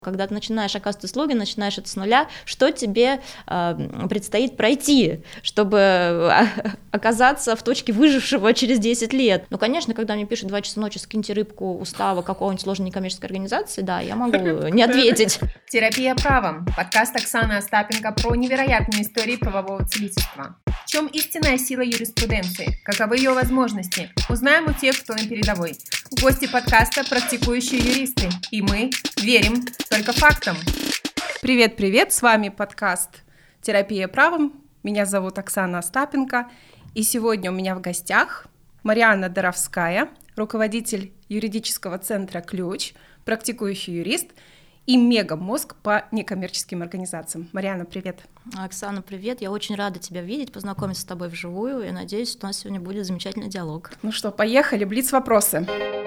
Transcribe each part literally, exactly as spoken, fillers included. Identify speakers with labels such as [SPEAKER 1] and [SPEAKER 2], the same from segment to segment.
[SPEAKER 1] Когда ты начинаешь оказывать услуги, начинаешь это с нуля, что тебе э, предстоит пройти, чтобы оказаться в точке выжившего через десять лет? Ну, конечно, когда мне пишут два часа ночи, скиньте рыбку устава какого-нибудь сложной некоммерческой организации, да, я могу не ответить.
[SPEAKER 2] Терапия правом. Подкаст Оксаны Остапенко про невероятные истории правового целительства. В чем истинная сила юриспруденции? Каковы ее возможности? Узнаем у тех, кто на передовой. Гости подкаста – практикующие юристы. И мы верим только фактам.
[SPEAKER 3] Привет-привет, с вами подкаст «Терапия правом». Меня зовут Оксана Остапенко. И сегодня у меня в гостях Марианна Доровская, руководитель юридического центра «Ключ», практикующий юрист и мегамозг по некоммерческим организациям. Марианна, привет.
[SPEAKER 1] Оксана, привет. Я очень рада тебя видеть, познакомиться с тобой вживую. И надеюсь, что у нас сегодня будет замечательный диалог.
[SPEAKER 3] Ну что, поехали, блиц-вопросы.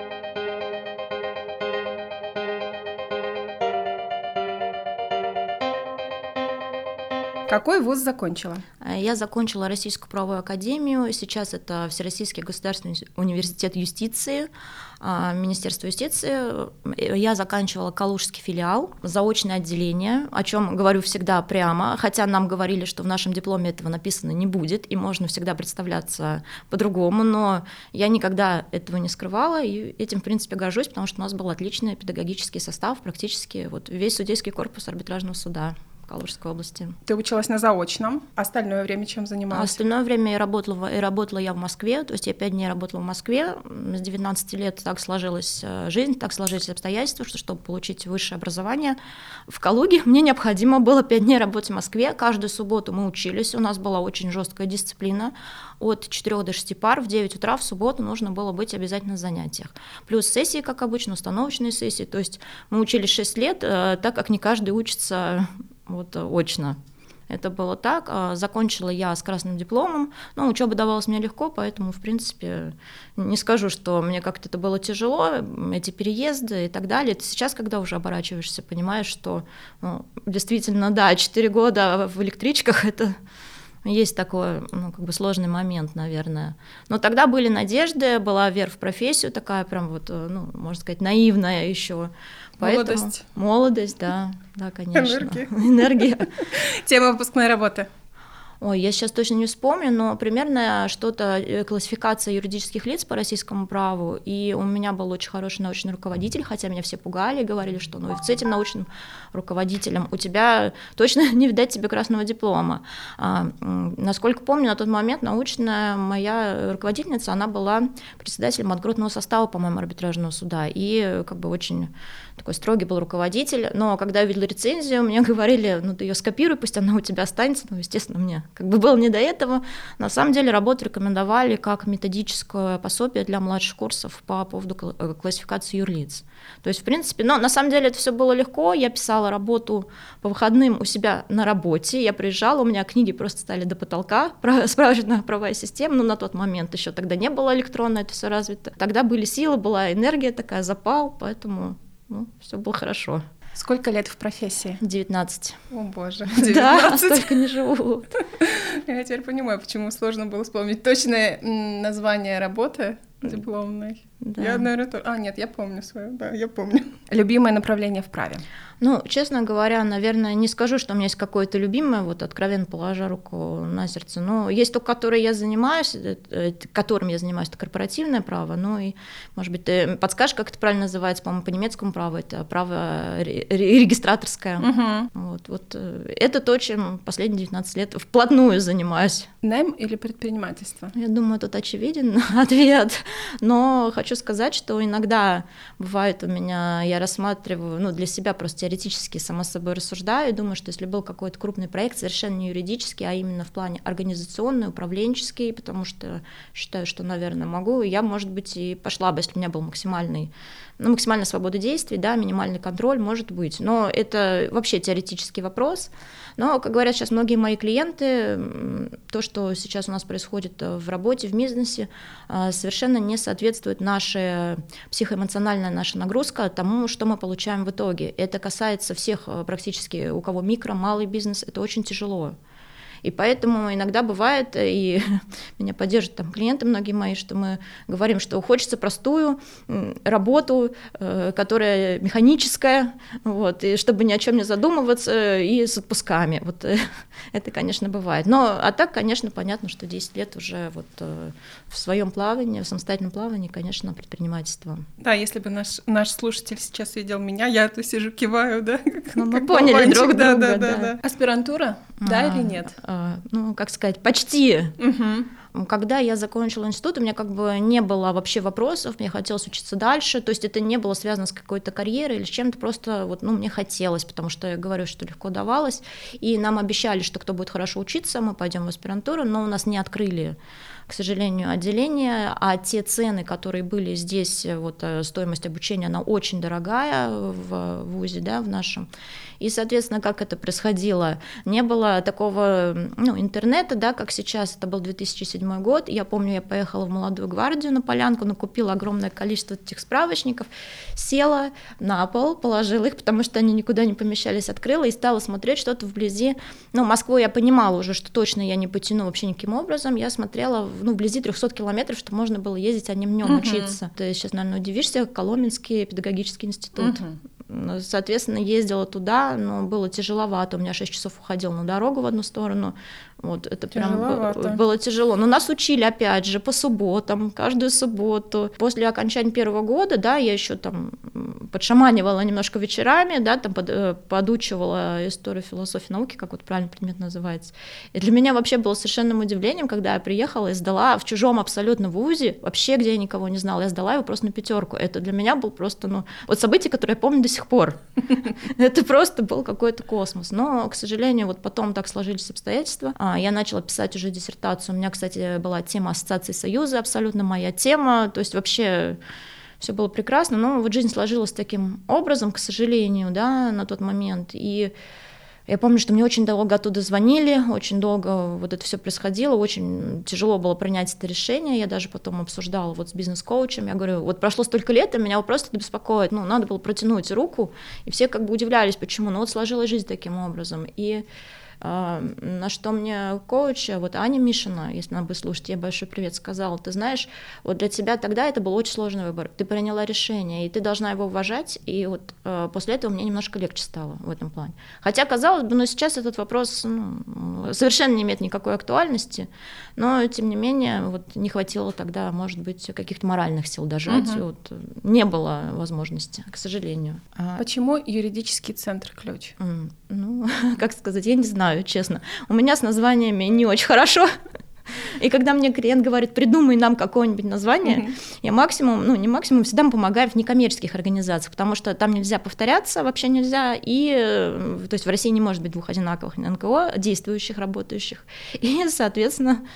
[SPEAKER 3] Какой вуз закончила?
[SPEAKER 1] Я закончила Российскую правовую академию, сейчас это Всероссийский государственный университет юстиции, Министерство юстиции. Я заканчивала Калужский филиал, заочное отделение, о чем говорю всегда прямо, хотя нам говорили, что в нашем дипломе этого написано не будет, и можно всегда представляться по-другому, но я никогда этого не скрывала, и этим, в принципе, горжусь, потому что у нас был отличный педагогический состав, практически вот весь судейский корпус арбитражного суда Калужской области.
[SPEAKER 3] Ты училась на заочном, остальное время чем занималась?
[SPEAKER 1] Остальное время я работала, и работала я в Москве, то есть я пять дней работала в Москве, с девятнадцати лет так сложилась жизнь, так сложились обстоятельства, что чтобы получить высшее образование в Калуге, мне необходимо было пять дней работать в Москве, каждую субботу мы учились, у нас была очень жесткая дисциплина, от четырёх до шести пар, в девять утра в субботу нужно было быть обязательно на занятиях, плюс сессии, как обычно, установочные сессии, то есть мы учились шесть лет, так как не каждый учится вот очно. Это было так. Закончила я с красным дипломом, но учеба давалась мне легко, поэтому, в принципе, не скажу, что мне как-то это было тяжело, эти переезды и так далее. Это сейчас, когда уже оборачиваешься, понимаешь, что ну, действительно, да, четыре года в электричках — это есть такой, ну, как бы сложный момент, наверное. Но тогда были надежды, была вера в профессию, такая прям вот, ну, можно сказать, наивная еще. Поэтому...
[SPEAKER 3] Молодость.
[SPEAKER 1] Молодость, да, да, конечно.
[SPEAKER 3] Энергия.
[SPEAKER 1] Энергия.
[SPEAKER 3] Тема выпускной работы.
[SPEAKER 1] Ой, я сейчас точно не вспомню, но примерно что-то, классификация юридических лиц по российскому праву, и у меня был очень хороший научный руководитель, хотя меня все пугали, говорили, что ну и с этим научным руководителем у тебя точно не видать тебе красного диплома. А, насколько помню, на тот момент научная моя руководительница, она была председателем банкротного состава, по-моему, арбитражного суда, и как бы очень такой строгий был руководитель, но когда я видела рецензию, мне говорили, ну ты ее скопируй, пусть она у тебя останется, ну, естественно, мне как бы было не до этого. На самом деле работу рекомендовали как методическое пособие для младших курсов по поводу классификации юрлиц. То есть, в принципе, но на самом деле это все было легко. Я писала работу по выходным у себя на работе. Я приезжала, у меня книги просто стали до потолка, справочно-правовая система, но на тот момент еще тогда не было электронно, это все развито. Тогда были силы, была энергия такая, запал, поэтому ну, все было хорошо.
[SPEAKER 3] Сколько лет в профессии?
[SPEAKER 1] девятнадцать.
[SPEAKER 3] О боже,
[SPEAKER 1] девятнадцать. Да, столько не живут.
[SPEAKER 3] Я теперь понимаю, почему сложно было вспомнить точное название работы дипломной.
[SPEAKER 1] Да.
[SPEAKER 3] Я, наверное, тоже... А, нет, я помню свою, да, я помню. Любимое направление в праве?
[SPEAKER 1] Ну, честно говоря, наверное, не скажу, что у меня есть какое-то любимое, вот откровенно положа руку на сердце, но есть то, которое я занимаюсь, которым я занимаюсь, это корпоративное право, ну и, может быть, ты подскажешь, как это правильно называется, по-моему, по немецкому праву, это право регистраторское.
[SPEAKER 3] Угу.
[SPEAKER 1] Вот, вот это то, чем последние девятнадцать лет вплотную занимаюсь.
[SPEAKER 3] Найм или предпринимательство?
[SPEAKER 1] Я думаю, тут очевиден ответ, но хочу сказать, что иногда бывает у меня, я рассматриваю, ну, для себя просто теоретически сама собой рассуждаю и думаю, что если был какой-то крупный проект, совершенно не юридический, а именно в плане организационный, управленческий, потому что считаю, что, наверное, могу, я, может быть, и пошла бы, если у меня был максимальный, ну, максимальная свобода действий, да, минимальный контроль, может быть, но это вообще теоретический вопрос. Но, как говорят сейчас многие мои клиенты, то, что сейчас у нас происходит в работе, в бизнесе, совершенно не соответствует наша психоэмоциональная наша нагрузка тому, что мы получаем в итоге. Это касается всех практически, у кого микро, малый бизнес, это очень тяжело. И поэтому иногда бывает, и меня поддерживают там клиенты многие мои, что мы говорим, что хочется простую работу, которая механическая, вот, и чтобы ни о чем не задумываться, и с отпусками. Вот это, конечно, бывает. Но, а так, конечно, понятно, что десять лет уже вот в своем плавании, в самостоятельном плавании, конечно, предпринимательство.
[SPEAKER 3] Да, если бы наш, наш слушатель сейчас видел меня, я то сижу, киваю, да?
[SPEAKER 1] Ну, мы поняли друг
[SPEAKER 3] да,
[SPEAKER 1] друга,
[SPEAKER 3] да, да, да. Аспирантура, а, да или нет?
[SPEAKER 1] А, ну, как сказать, почти.
[SPEAKER 3] Угу.
[SPEAKER 1] Когда я закончила институт, у меня как бы не было вообще вопросов, мне хотелось учиться дальше, то есть это не было связано с какой-то карьерой или с чем-то, просто вот, ну, мне хотелось, потому что я говорю, что легко давалось, и нам обещали, что кто будет хорошо учиться, мы пойдем в аспирантуру, но у нас не открыли, к сожалению, отделение, а те цены, которые были здесь, вот стоимость обучения, она очень дорогая в вузе, да, в нашем. И, соответственно, как это происходило? Не было такого, ну, интернета, да, как сейчас, это был две тысячи седьмой год, я помню, я поехала в Молодую гвардию на Полянку, накупила огромное количество этих справочников, села на пол, положила их, потому что они никуда не помещались, открыла и стала смотреть что-то вблизи. Ну, Москву я понимала уже, что точно я не потяну вообще никаким образом, я смотрела, ну, вблизи трехсот километров, что можно было ездить одним днем uh-huh. учиться. Ты сейчас, наверное, удивишься, Коломенский педагогический институт. Uh-huh. Соответственно, ездила туда, но было тяжеловато. У меня шесть часов уходило на дорогу в одну сторону. Вот, это прям было, было тяжело. Но нас учили, опять же, по субботам, каждую субботу. После окончания первого года, да, я еще там подшаманивала немножко вечерами, да, там под, подучивала историю философии науки, как вот правильно предмет называется. И для меня вообще было совершенным удивлением, когда я приехала и сдала в чужом абсолютно вузе, вообще где я никого не знала, я сдала его просто на пятерку. Это для меня был просто, ну, вот событие, которое я помню до сих пор. Это просто был какой-то космос. Но, к сожалению, вот потом так сложились обстоятельства. Я начала писать уже диссертацию. У меня, кстати, была тема Ассоциации Союза, абсолютно моя тема. То есть вообще все было прекрасно. Но вот жизнь сложилась таким образом, к сожалению, да, на тот момент. И я помню, что мне очень долго оттуда звонили, очень долго вот это все происходило, очень тяжело было принять это решение. Я даже потом обсуждала вот с бизнес-коучем. Я говорю, вот прошло столько лет, и меня вот просто это беспокоит. Ну, надо было протянуть руку, и все как бы удивлялись, почему. Ну, вот сложилась жизнь таким образом. И на что мне коуч, вот Аня Мишина, если она будет слушать, ей большой привет, сказала, ты знаешь, вот для тебя тогда это был очень сложный выбор, ты приняла решение, и ты должна его уважать, и вот после этого мне немножко легче стало в этом плане. Хотя, казалось бы, но сейчас этот вопрос, ну, совершенно не имеет никакой актуальности, но, тем не менее, вот не хватило тогда, может быть, каких-то моральных сил дожать, угу. вот, не было возможности, к сожалению.
[SPEAKER 3] Почему юридический центр ключ?
[SPEAKER 1] Ну, как сказать, я не знаю, честно. У меня с названиями не очень хорошо. И когда мне клиент говорит, придумай нам какое-нибудь название, mm-hmm. я максимум, ну не максимум, всегда помогаю в некоммерческих организациях, потому что там нельзя повторяться, вообще нельзя, и, то есть в России не может быть двух одинаковых эн ка о, действующих, работающих, и, соответственно,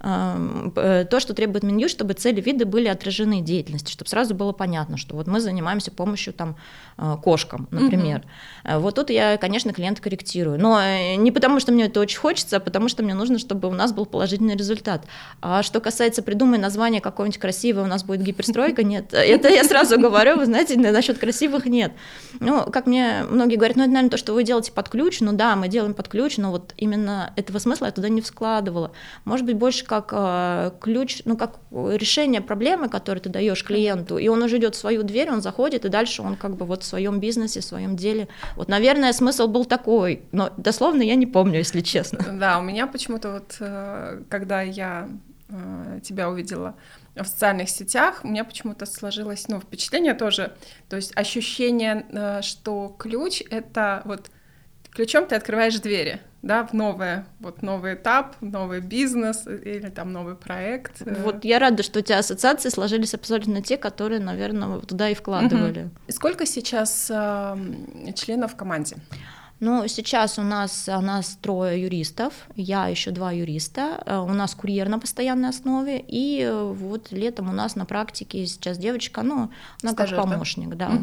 [SPEAKER 1] то, что требует Минюст, чтобы цели вида были отражены в деятельности, чтобы сразу было понятно, что вот мы занимаемся помощью там кошкам, например. Mm-hmm. Вот тут я, конечно, клиента корректирую, но не потому, что мне это очень хочется, а потому что мне нужно, чтобы у нас был положительный результат. результат. А что касается придумай название какое-нибудь красивое, у нас будет гиперстройка, нет. Это я сразу говорю, вы знаете, насчет красивых нет. Ну, как мне многие говорят, ну, это, наверное, то, что вы делаете под ключ. Ну да, мы делаем под ключ, но вот именно этого смысла я туда не вкладывала. Может быть, больше как э, ключ, ну, как решение проблемы, которую ты даешь клиенту, и он уже идет в свою дверь, он заходит, и дальше он как бы вот в своем бизнесе, в своем деле. Вот, наверное, смысл был такой, но дословно я не помню, если честно.
[SPEAKER 3] Да, у меня почему-то вот, когда я э, тебя увидела в социальных сетях, у меня почему-то сложилось, ну, впечатление тоже, то есть ощущение, э, что ключ — это вот ключом ты открываешь двери, да, в новое, вот новый этап, новый бизнес или там новый проект.
[SPEAKER 1] Вот я рада, что у тебя ассоциации сложились абсолютно те, которые, наверное, туда и вкладывали.
[SPEAKER 3] Угу. Сколько сейчас э, членов в команде?
[SPEAKER 1] Ну, сейчас у нас, у нас трое юристов, я еще два юриста, у нас курьер на постоянной основе, и вот летом у нас на практике сейчас девочка, ну, она как помощник, да. Угу.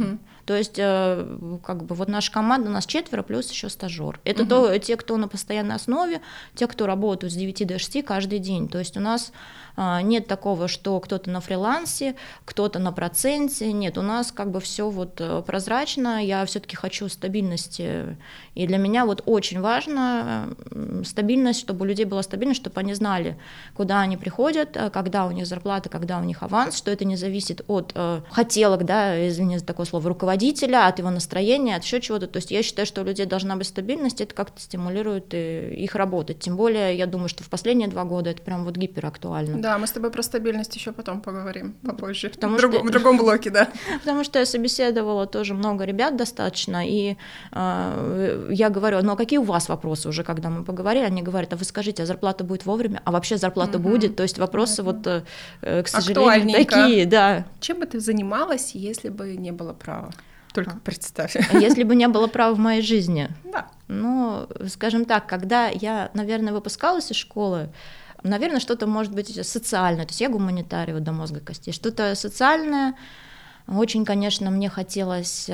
[SPEAKER 1] То есть, как бы, вот наша команда, у нас четверо, плюс еще стажер. Это угу. то, те, кто на постоянной основе, те, кто работают с девяти до шести каждый день. То есть у нас нет такого, что кто-то на фрилансе, кто-то на проценте. Нет, у нас как бы все вот прозрачно. Я все-таки хочу стабильности. И для меня вот очень важно стабильность, чтобы у людей была стабильность, чтобы они знали, куда они приходят, когда у них зарплата, когда у них аванс, что это не зависит от э, хотелок, да, извини за такое слово, руководителя, от его настроения, от еще чего-то. То есть я считаю, что у людей должна быть стабильность, это как-то стимулирует их работать. Тем более, я думаю, что в последние два года это прям вот гиперактуально.
[SPEAKER 3] Да, мы с тобой про стабильность еще потом поговорим попозже,
[SPEAKER 1] Потому
[SPEAKER 3] в, друг,
[SPEAKER 1] что...
[SPEAKER 3] в другом блоке, да.
[SPEAKER 1] Потому что я собеседовала тоже много ребят достаточно, и э, я говорю, ну а какие у вас вопросы уже, когда мы поговорили, они говорят, а вы скажите, а зарплата будет вовремя, а вообще зарплата угу. будет, то есть вопросы угу. вот, э, к сожалению, такие, да.
[SPEAKER 3] Чем бы ты занималась, если бы не было права? Только представь.
[SPEAKER 1] Если бы не было права в моей жизни?
[SPEAKER 3] Да.
[SPEAKER 1] Ну, скажем так, когда я, наверное, выпускалась из школы, наверное, что-то может быть социальное, то есть я гуманитарий вот до мозга костей, что-то социальное. Очень, конечно, мне хотелось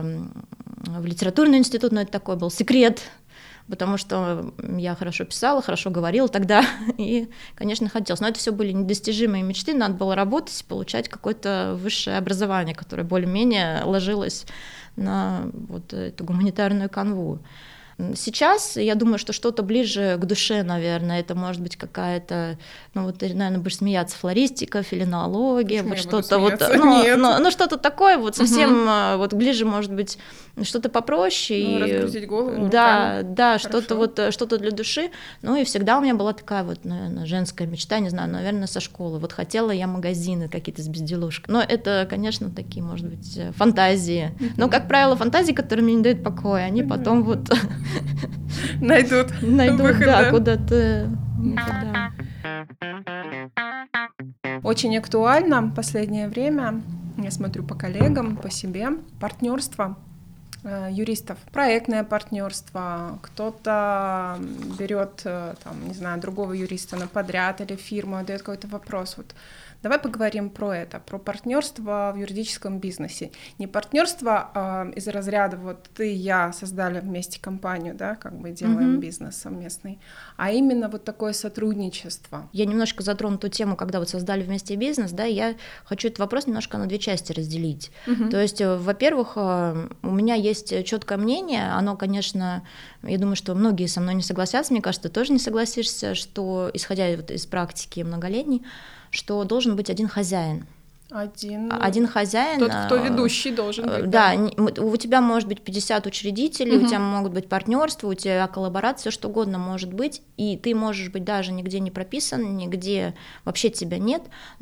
[SPEAKER 1] в литературный институт, но это такой был секрет, потому что я хорошо писала, хорошо говорила тогда, и, конечно, хотелось. Но это все были недостижимые мечты, надо было работать, получать какое-то высшее образование, которое более-менее ложилось на вот эту гуманитарную канву. Сейчас я думаю, что что-то ближе к душе, наверное, это может быть какая-то, ну вот ты, наверное, будешь смеяться, флористика, филинология, вот что-то вот, ну, ну, ну что-то такое вот совсем угу. вот ближе, может быть, что-то попроще.
[SPEAKER 3] Ну, и, раскрутить голову.
[SPEAKER 1] Да, руками. Да, Хорошо. что-то вот, что-то для души. Ну и всегда у меня была такая вот, наверное, женская мечта, не знаю, наверное, со школы. Вот хотела я магазины какие-то с безделушкой. Но это, конечно, такие, может быть, фантазии. Угу. Но, как правило, фантазии, которые мне не дают покоя, они угу. потом вот...
[SPEAKER 3] Найдут.
[SPEAKER 1] Найдут, выход, да, да, куда-то. Да.
[SPEAKER 3] Очень актуально в последнее время, я смотрю по коллегам, по себе, партнерство э, юристов, проектное партнерство. Кто-то берет, там, не знаю, другого юриста на подряд или фирму, дает какой-то вопрос. Вот. Давай поговорим про это, про партнерство в юридическом бизнесе. Не партнерство а из разряда вот ты и я создали вместе компанию, да, как бы делаем mm-hmm. бизнес совместный, а именно вот такое сотрудничество.
[SPEAKER 1] Я немножко затрону ту тему, когда вот создали вместе бизнес, да, я хочу этот вопрос немножко на две части разделить. Mm-hmm. То есть, во-первых, у меня есть четкое мнение, оно, конечно, я думаю, что многие со мной не согласятся, мне кажется, ты тоже не согласишься, что, исходя вот из практики многолетней, что должен быть один хозяин.
[SPEAKER 3] Один,
[SPEAKER 1] один хозяин.
[SPEAKER 3] Тот, кто ведущий, должен быть.
[SPEAKER 1] Да, да, у тебя может быть пятьдесят учредителей, угу. у тебя могут быть партнерства, у тебя коллаборация, все что угодно может быть, и ты можешь быть даже нигде не прописан, нигде вообще тебя нет,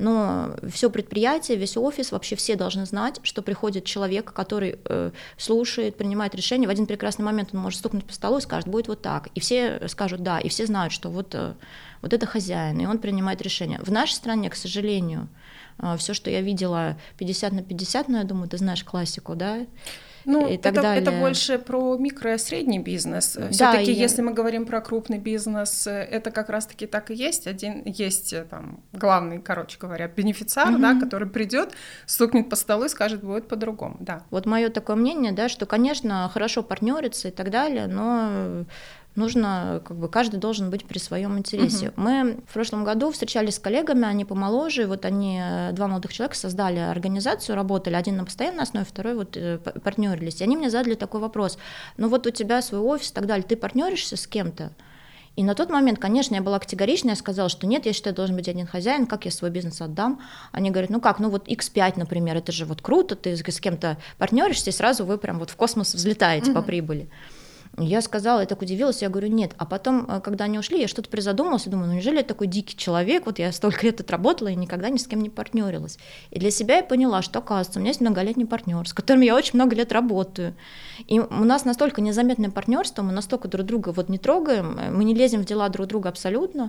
[SPEAKER 1] но все предприятие, весь офис, вообще все должны знать, что приходит человек, который э, слушает, принимает решения, в один прекрасный момент он может стукнуть по столу и скажет, будет вот так, и все скажут да, и все знают, что вот, э, вот это хозяин, и он принимает решения. В нашей стране, к сожалению, все, что я видела пятьдесят на пятьдесят, ну, я думаю, ты знаешь классику, да?
[SPEAKER 3] Ну, и так это, далее. Это больше про микро- и средний бизнес. Да, все-таки, я... если мы говорим про крупный бизнес, это как раз-таки так и есть. Один есть там главный, короче говоря, бенефициар, угу. да, который придет, стукнет по столу и скажет, будет по-другому. Да.
[SPEAKER 1] Вот мое такое мнение, да, что, конечно, хорошо партнериться и так далее, но нужно, как бы, каждый должен быть при своем интересе. Uh-huh. Мы в прошлом году встречались с коллегами, они помоложе, вот они, два молодых человека, создали организацию, работали, один на постоянной основе, второй вот партнерились. И они мне задали такой вопрос, ну вот у тебя свой офис и так далее, ты партнеришься с кем-то? И на тот момент, конечно, я была категорична, я сказала, что нет, я считаю, должен быть один хозяин, как я свой бизнес отдам? Они говорят, ну как, ну вот икс пять, например, это же вот круто, ты с кем-то партнеришься, и сразу вы прям вот в космос взлетаете uh-huh. по прибыли. Я сказала, я так удивилась, я говорю, нет. А потом, когда они ушли, я что-то призадумалась и думаю, ну неужели я такой дикий человек, вот я столько лет отработала и никогда ни с кем не партнерилась. И для себя я поняла, что, оказывается, у меня есть многолетний партнер, с которым я очень много лет работаю. И у нас настолько незаметное партнерство, мы настолько друг друга вот не трогаем, мы не лезем в дела друг друга абсолютно.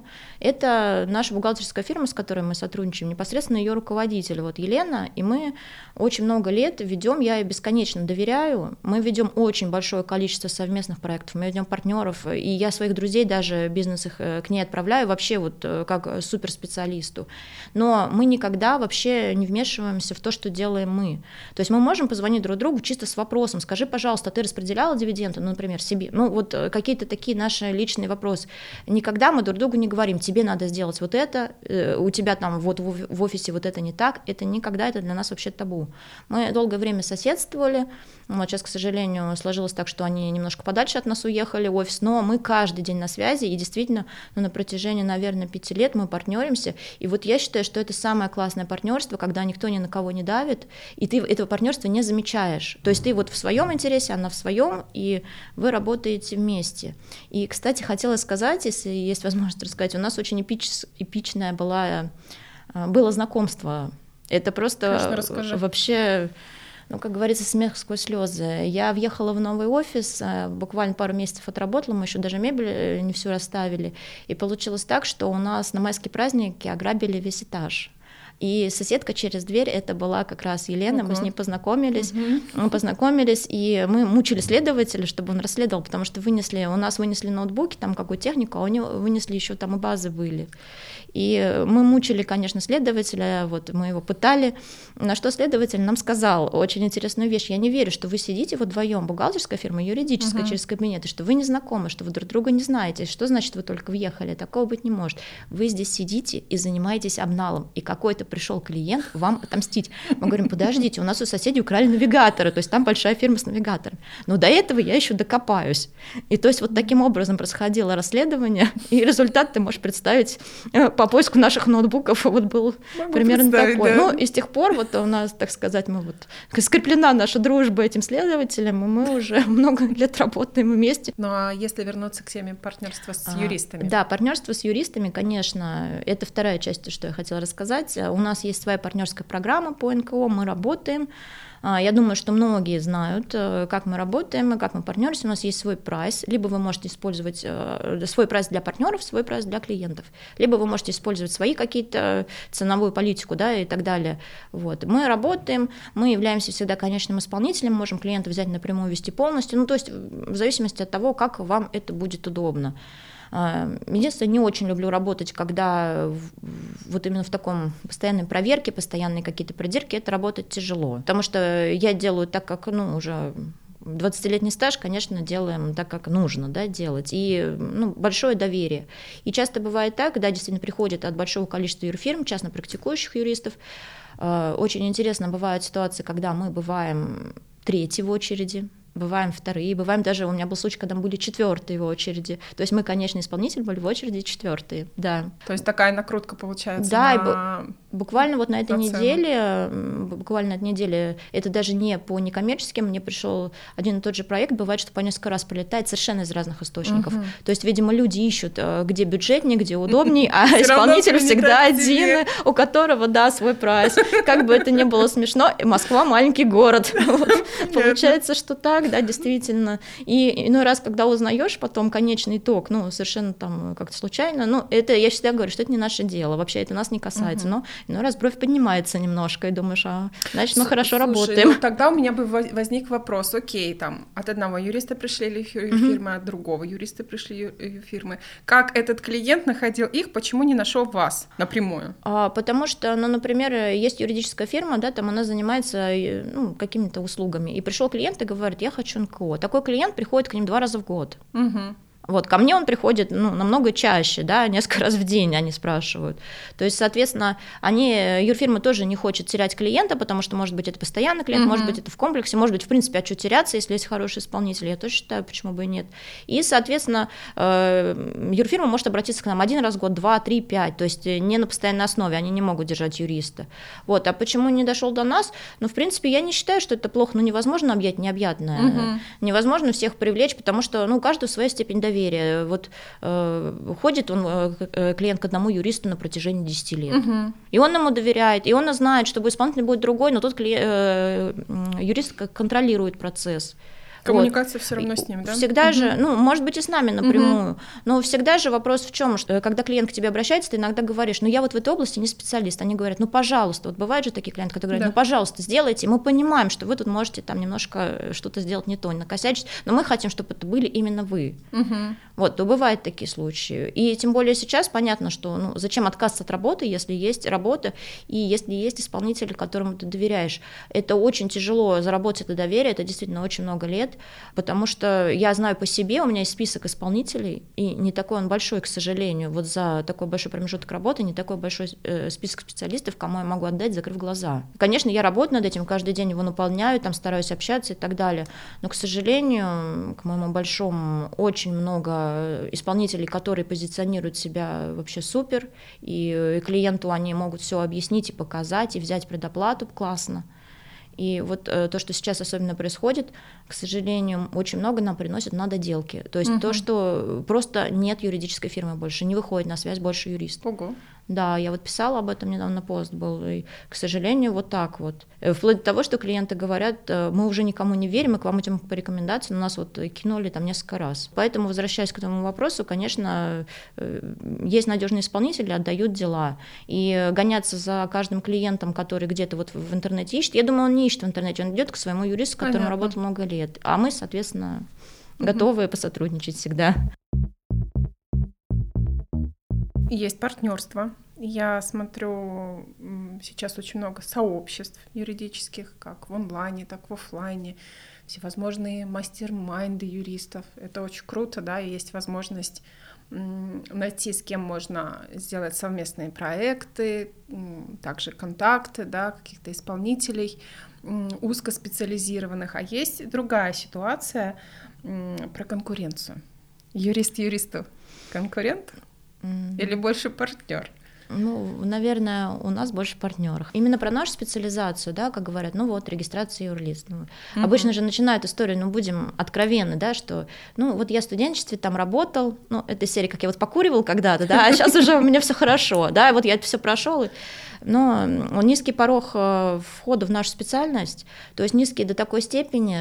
[SPEAKER 1] Это наша бухгалтерская фирма, с которой мы сотрудничаем, непосредственно ее руководитель, вот Елена, и мы очень много лет ведем, я ей бесконечно доверяю, мы ведем очень большое количество совместных совместных проектов, мы ведем партнеров, и я своих друзей даже бизнес их к ней отправляю вообще вот как суперспециалисту. Но мы никогда вообще не вмешиваемся в то, что делаем мы. То есть мы можем позвонить друг другу чисто с вопросом: скажи, пожалуйста, ты распределяла дивиденды, ну, например, себе? Ну, вот какие-то такие наши личные вопросы. Никогда мы друг другу не говорим: тебе надо сделать вот это, у тебя там вот в офисе вот это не так. Это никогда, это для нас вообще табу. Мы долгое время соседствовали. Вот сейчас, к сожалению, сложилось так, что они немножко подальше от нас уехали в офис, но мы каждый день на связи, и действительно, ну, на протяжении, наверное, пяти лет мы партнеримся. И вот я считаю, что это самое классное партнерство, когда никто ни на кого не давит, и ты этого партнерства не замечаешь. То есть ты вот в своем интересе, она в своем, и вы работаете вместе. И, кстати, хотела сказать, если есть возможность рассказать, у нас очень эпич, эпичное было, было знакомство. Это просто вообще... Ну, как говорится, смех сквозь слезы. Я въехала в новый офис, буквально пару месяцев отработала, мы еще даже мебель не всю расставили, и получилось так, что у нас на майские праздники ограбили весь этаж. И соседка через дверь, это была как раз Елена, uh-huh. мы с ней познакомились, uh-huh. мы познакомились, и мы мучили следователя, чтобы он расследовал, потому что вынесли, у нас вынесли ноутбуки, там какую технику, а у него вынесли еще там и базы были. И мы мучили, конечно, следователя, вот мы его пытали, на что следователь нам сказал очень интересную вещь: я не верю, что вы сидите вот вдвоем, бухгалтерская фирма, юридическая, uh-huh. через кабинет, и что вы не знакомы, что вы друг друга не знаете, что значит вы только въехали, такого быть не может. Вы здесь сидите и занимаетесь обналом, и какой-то пришел клиент вам отомстить. Мы говорим: подождите, у нас у соседей украли навигаторы, то есть там большая фирма с навигатором. Но до этого я еще докопаюсь. И то есть вот таким образом происходило расследование, и результат ты можешь представить по поиску наших ноутбуков вот был Могу примерно такой. Да. Ну и с тех пор вот у нас, так сказать, мы вот скреплена наша дружба этим следователем, и мы уже много лет работаем вместе.
[SPEAKER 3] Ну а если вернуться к теме партнерства с а, юристами?
[SPEAKER 1] Да, партнерство с юристами, конечно, это вторая часть, что я хотела рассказать. У нас есть своя партнерская программа по эн ка о, мы работаем. Я думаю, что многие знают, как мы работаем, как мы партнеримся. У нас есть свой прайс. Либо вы можете использовать свой прайс для партнеров, свой прайс для клиентов. Либо вы можете использовать свои какие-то ценовую политику, да, и так далее. Вот. Мы работаем, мы являемся всегда конечным исполнителем, можем клиента взять напрямую, вести полностью. Ну, то есть в зависимости от того, как вам это будет удобно. Единственное, не очень люблю работать, когда вот именно в таком постоянной проверке, постоянные какие-то придирки, это работать тяжело. Потому что я делаю так, как, ну, уже двадцатилетний стаж, конечно, делаем так, как нужно, да, делать. И, ну, большое доверие. И часто бывает так, да, действительно приходит от большого количества юрфирм, частно практикующих юристов. Очень интересно бывают ситуации, когда мы бываем третьи в очереди, бываем вторые, бываем даже, у меня был случай, когда мы были четвертые в очереди. То есть мы, конечный исполнитель, были в очереди четвертые, да.
[SPEAKER 3] То есть такая накрутка получается.
[SPEAKER 1] Да,
[SPEAKER 3] на...
[SPEAKER 1] и буквально вот на этой неделе, буквально на этой неделе, это даже не по некоммерческим, мне пришел один и тот же проект, бывает, что по несколько раз прилетает совершенно из разных источников. Угу. То есть, видимо, люди ищут, где бюджетнее, где удобнее, а исполнитель всегда один, у которого, да, свой прайс. Как бы это ни было смешно, Москва маленький город. Получается, что так. Да, действительно. И иной раз, когда узнаешь потом конечный итог, ну, совершенно там как-то случайно, ну, это, я всегда говорю, что это не наше дело, вообще это нас не касается, uh-huh. но иной раз бровь поднимается немножко, и думаешь, а, значит, мы С- хорошо слушай, работаем.
[SPEAKER 3] Ну, тогда у меня бы возник вопрос, окей, там, от одного юриста пришли фирмы, uh-huh. от другого юриста пришли фирмы. Как этот клиент находил их, почему не нашел вас напрямую?
[SPEAKER 1] А, потому что, ну, например, есть юридическая фирма, да, там она занимается, ну, какими-то услугами, и пришел клиент и говорит: я хочу эн ка о. Такой клиент приходит к ним два раза в год. Угу. Вот, ко мне он приходит, ну, намного чаще, да, несколько раз в день они спрашивают. То есть, соответственно, они, юрфирма тоже не хочет терять клиента, потому что, может быть, это постоянный клиент, mm-hmm. может быть, это в комплексе, может быть, в принципе, а что теряться, если есть хороший исполнитель, я тоже считаю, почему бы и нет. И, соответственно, юрфирма может обратиться к нам один раз в год, два, три, пять, то есть не на постоянной основе, они не могут держать юриста. Вот, а почему не дошел до нас? Ну, в принципе, я не считаю, что это плохо, но невозможно объять необъятное, mm-hmm. невозможно всех привлечь, потому что, ну, у каждого своя степень доверия. Вот э, ходит он, э, клиент к одному юристу на протяжении десяти лет, угу. и он ему доверяет, и он знает, что исполнитель будет другой, но тот клиент, э, юрист контролирует процесс.
[SPEAKER 3] Коммуникация
[SPEAKER 1] вот.
[SPEAKER 3] все равно с ним, да?
[SPEAKER 1] Всегда
[SPEAKER 3] угу.
[SPEAKER 1] же, ну, может быть, и с нами напрямую,
[SPEAKER 3] угу.
[SPEAKER 1] но всегда же вопрос в чем, что когда клиент к тебе обращается, ты иногда говоришь, ну, я вот в этой области не специалист. Они говорят, ну, пожалуйста, вот бывают же такие клиенты, которые говорят, да. ну, пожалуйста, сделайте, мы понимаем, что вы тут можете там немножко что-то сделать не то, накосячить, но мы хотим, чтобы это были именно вы.
[SPEAKER 3] Угу.
[SPEAKER 1] Вот, то бывают такие случаи. И тем более сейчас понятно, что ну, зачем отказываться от работы, если есть работа и если есть исполнитель, которому ты доверяешь. Это очень тяжело заработать это доверие, это действительно очень много лет, потому что я знаю по себе, у меня есть список исполнителей, и не такой он большой, к сожалению, вот за такой большой промежуток работы, не такой большой э, список специалистов, кому я могу отдать, закрыв глаза. Конечно, я работаю над этим, каждый день его наполняю, там стараюсь общаться и так далее, но, к сожалению, к моему большому, очень много исполнителей, которые позиционируют себя вообще супер, и клиенту они могут все объяснить и показать, и взять предоплату классно. И вот э, то, что сейчас особенно происходит, к сожалению, очень много нам приносят на доделки. То есть угу. то, что просто нет юридической фирмы больше, не выходит на связь больше юрист.
[SPEAKER 3] Ого.
[SPEAKER 1] Да, я вот писала об этом недавно, пост был, и, к сожалению, вот так вот. Вплоть до того, что клиенты говорят, мы уже никому не верим, мы к вам идем по рекомендациям, нас вот кинули там несколько раз. Поэтому, возвращаясь к этому вопросу, конечно, есть надежные исполнители, отдают дела. И гоняться за каждым клиентом, который где-то вот в интернете ищет, я думаю, он не ищет в интернете, он идет к своему юристу, с которым Понятно. Работал много лет. А мы, соответственно, угу. готовы посотрудничать всегда.
[SPEAKER 3] Есть партнерство. Я смотрю, сейчас очень много сообществ юридических, как в онлайне, так в офлайне, всевозможные мастер-майнды юристов. Это очень круто, да, и есть возможность найти, с кем можно сделать совместные проекты, также контакты, да, каких-то исполнителей узкоспециализированных. А есть другая ситуация про конкуренцию. Юрист юристу конкурент? Или больше партнер?
[SPEAKER 1] Ну, наверное, у нас больше партнеров. Именно про нашу специализацию, да, как говорят, ну вот, регистрация юрлиц. Ну, uh-huh. Обычно же начинают историю, ну, будем откровенны, да, что, ну, вот я в студенчестве там работал, ну, этой серии, как я вот покуривал когда-то, да, а сейчас уже у меня все хорошо, да, вот я это все прошел. Но низкий порог входа в нашу специальность, то есть низкий до такой степени,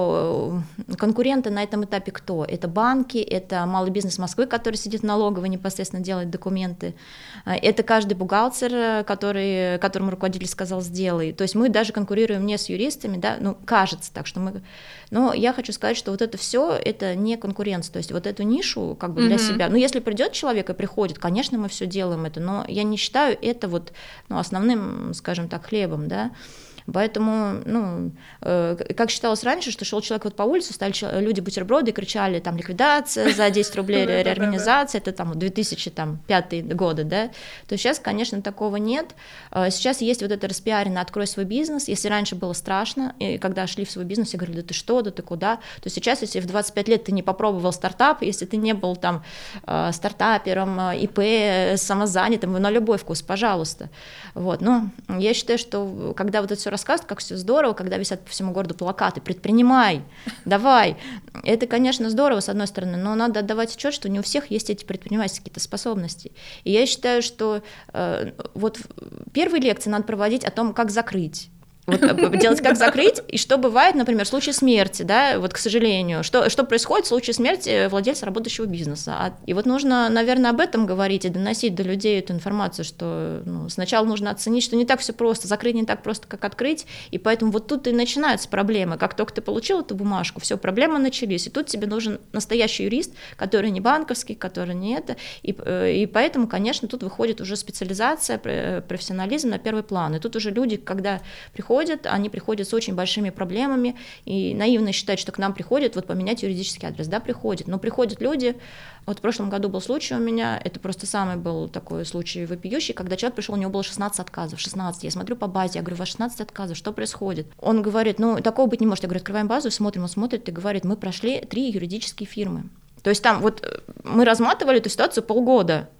[SPEAKER 1] что конкуренты на этом этапе кто? Это банки, это малый бизнес Москвы, который сидит в налоговой, непосредственно делает документы, это каждый бухгалтер, который, которому руководитель сказал «сделай». То есть мы даже конкурируем не с юристами, да, ну, кажется так, что мы... Но я хочу сказать, что вот это все это не конкуренция, то есть вот эту нишу как бы для mm-hmm. себя. Ну, если придет человек и приходит, конечно, мы все делаем это, но я не считаю это вот ну, основным, скажем так, хлебом, да. Поэтому, ну, э, как считалось раньше, что шел человек вот по улице, стали люди бутерброды и кричали, там, ликвидация за десять рублей, реорганизация, это там две тысячи пятый годы, да, то сейчас, конечно, такого нет. Сейчас есть вот это распиарено «открой свой бизнес», если раньше было страшно, и когда шли в свой бизнес, я говорю, да ты что, да ты куда, то сейчас, если в двадцать пять лет ты не попробовал стартап, если ты не был там стартапером, ИП, самозанятым, на любой вкус, пожалуйста, вот, но я считаю, что когда вот это все рассказывают, как все здорово, когда висят по всему городу плакаты «предпринимай, давай». Это, конечно, здорово, с одной стороны, но надо отдавать отчет, что не у всех есть эти предпринимательские какие-то способности. И я считаю, что э, вот первые лекции надо проводить о том, как закрыть. Вот, делать как закрыть, и что бывает, например, в случае смерти, да, вот, к сожалению, что, что происходит в случае смерти владельца работающего бизнеса. И вот нужно, наверное, об этом говорить и доносить до людей эту информацию, что ну, сначала нужно оценить, что не так все просто, закрыть не так просто, как открыть, и поэтому вот тут и начинаются проблемы. Как только ты получил эту бумажку, все, проблемы начались, и тут тебе нужен настоящий юрист, который не банковский, который не это, и, и поэтому, конечно, тут выходит уже специализация, профессионализм на первый план, и тут уже люди, когда приходят, они приходят с очень большими проблемами и наивно считают, что к нам приходят вот поменять юридический адрес, да, приходят, но приходят люди, вот в прошлом году был случай у меня, это просто самый был такой случай вопиющий, когда человек пришел, у него было шестнадцать отказов, шестнадцать, я смотрю по базе, я говорю, у вас шестнадцать отказов, что происходит? Он говорит, ну, такого быть не может, я говорю, открываем базу, смотрим, он смотрит и говорит, мы прошли три юридические фирмы, то есть там вот мы разматывали эту ситуацию полгода.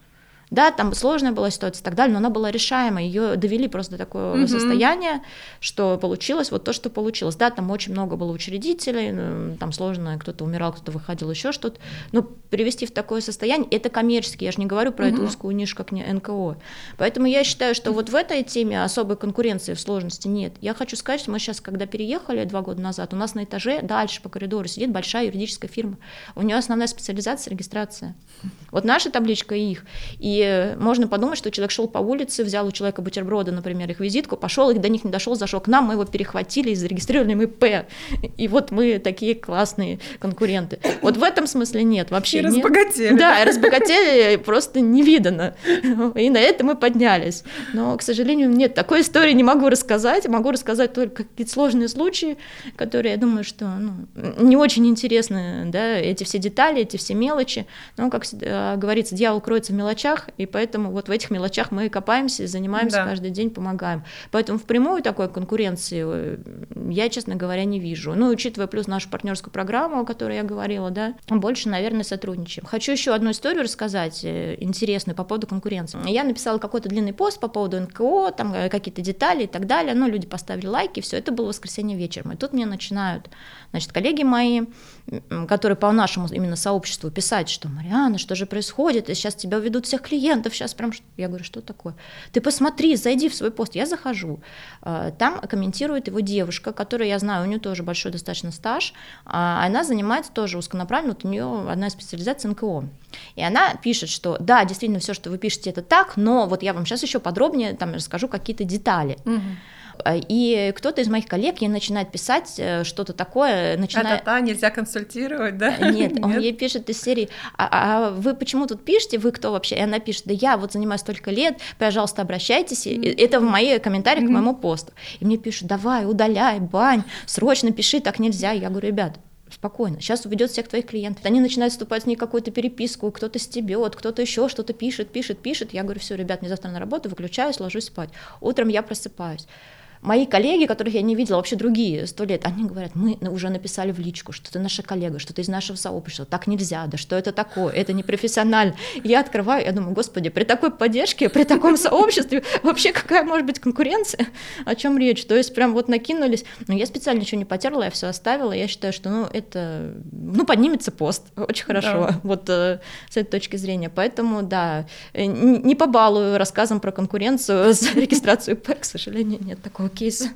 [SPEAKER 1] Да, там сложная была ситуация и так далее, но она была решаема, ее довели просто до такого mm-hmm. состояния, что получилось вот то, что получилось. Да, там очень много было учредителей, там сложно, кто-то умирал, кто-то выходил, еще что-то, но привести в такое состояние, это коммерчески, я же не говорю про mm-hmm. эту узкую нишу, как не эн ка о. Поэтому я считаю, что вот в этой теме особой конкуренции в сложности нет. Я хочу сказать, что мы сейчас, когда переехали два года назад, у нас на этаже дальше по коридору сидит большая юридическая фирма, у нее основная специализация — регистрация. Вот наша табличка и их, и И можно подумать, что человек шел по улице, взял у человека бутерброды, например, их визитку, пошел, и до них не дошел, зашел к нам, мы его перехватили и зарегистрировали им ИП. И вот мы такие классные конкуренты. Вот в этом смысле нет, вообще
[SPEAKER 3] и
[SPEAKER 1] нет.
[SPEAKER 3] разбогатели.
[SPEAKER 1] Да, и разбогатели просто невиданно. И на это мы поднялись. Но, к сожалению, нет, такой истории не могу рассказать. Могу рассказать только какие-то сложные случаи, которые, я думаю, что ну, не очень интересны, да, эти все детали, эти все мелочи. Но, как говорится, дьявол кроется в мелочах, и поэтому вот в этих мелочах мы копаемся, занимаемся, да. каждый день помогаем. Поэтому впрямую такой конкуренции я, честно говоря, не вижу. Ну, учитывая плюс нашу партнерскую программу, о которой я говорила, да, больше, наверное, сотрудничаем. Хочу еще одну историю рассказать, интересную, по поводу конкуренции. Я написала какой-то длинный пост по поводу эн ка о, там какие-то детали и так далее, ну, люди поставили лайки, все, это было воскресенье вечером. И тут мне начинают, значит, коллеги мои, которые по нашему именно сообществу писать, что Марианна, что же происходит, сейчас тебя уведут всех клиентов, сейчас прям... Я говорю, что такое? Ты посмотри, зайди в свой пост. Я захожу. Там комментирует его девушка, которую я знаю, у нее тоже большой достаточно стаж, она занимается тоже узконаправленно, вот у нее одна специализация эн ка о. И она пишет, что да, действительно, все, что вы пишете, это так, но вот я вам сейчас еще подробнее там расскажу какие-то детали. Угу. И кто-то из моих коллег ей начинает писать что-то такое, начинает...
[SPEAKER 3] А-та-та, нельзя консультировать, да?
[SPEAKER 1] Нет, Нет, он ей пишет из серии, а, а вы почему тут пишете, вы кто вообще? И она пишет, да я вот занимаюсь столько лет, пожалуйста, обращайтесь. Mm-hmm. Это в мои комментарии mm-hmm. к моему посту. И мне пишут, давай, удаляй, бань, срочно пиши, так нельзя. Я говорю, ребят, спокойно, сейчас уведет всех твоих клиентов. Они начинают вступать с ней какую-то переписку, кто-то стебет, кто-то еще что-то пишет, пишет, пишет. Я говорю, все, ребят, мне завтра на работу, выключаюсь, ложусь спать. Утром я просыпаюсь. Мои коллеги, которых я не видела, вообще другие, сто лет, они говорят, мы уже написали в личку, что ты наша коллега, что ты из нашего сообщества, так нельзя, да что это такое, это непрофессионально. Я открываю, я думаю, господи, при такой поддержке, при таком сообществе вообще какая может быть конкуренция, о чем речь? То есть прям вот накинулись, но я специально ничего не потерла, я все оставила, я считаю, что ну это, ну поднимется пост, очень хорошо, да. Вот э, с этой точки зрения, поэтому да, не побалую рассказом про конкуренцию с регистрацией ИП, к сожалению, нет такого кейса.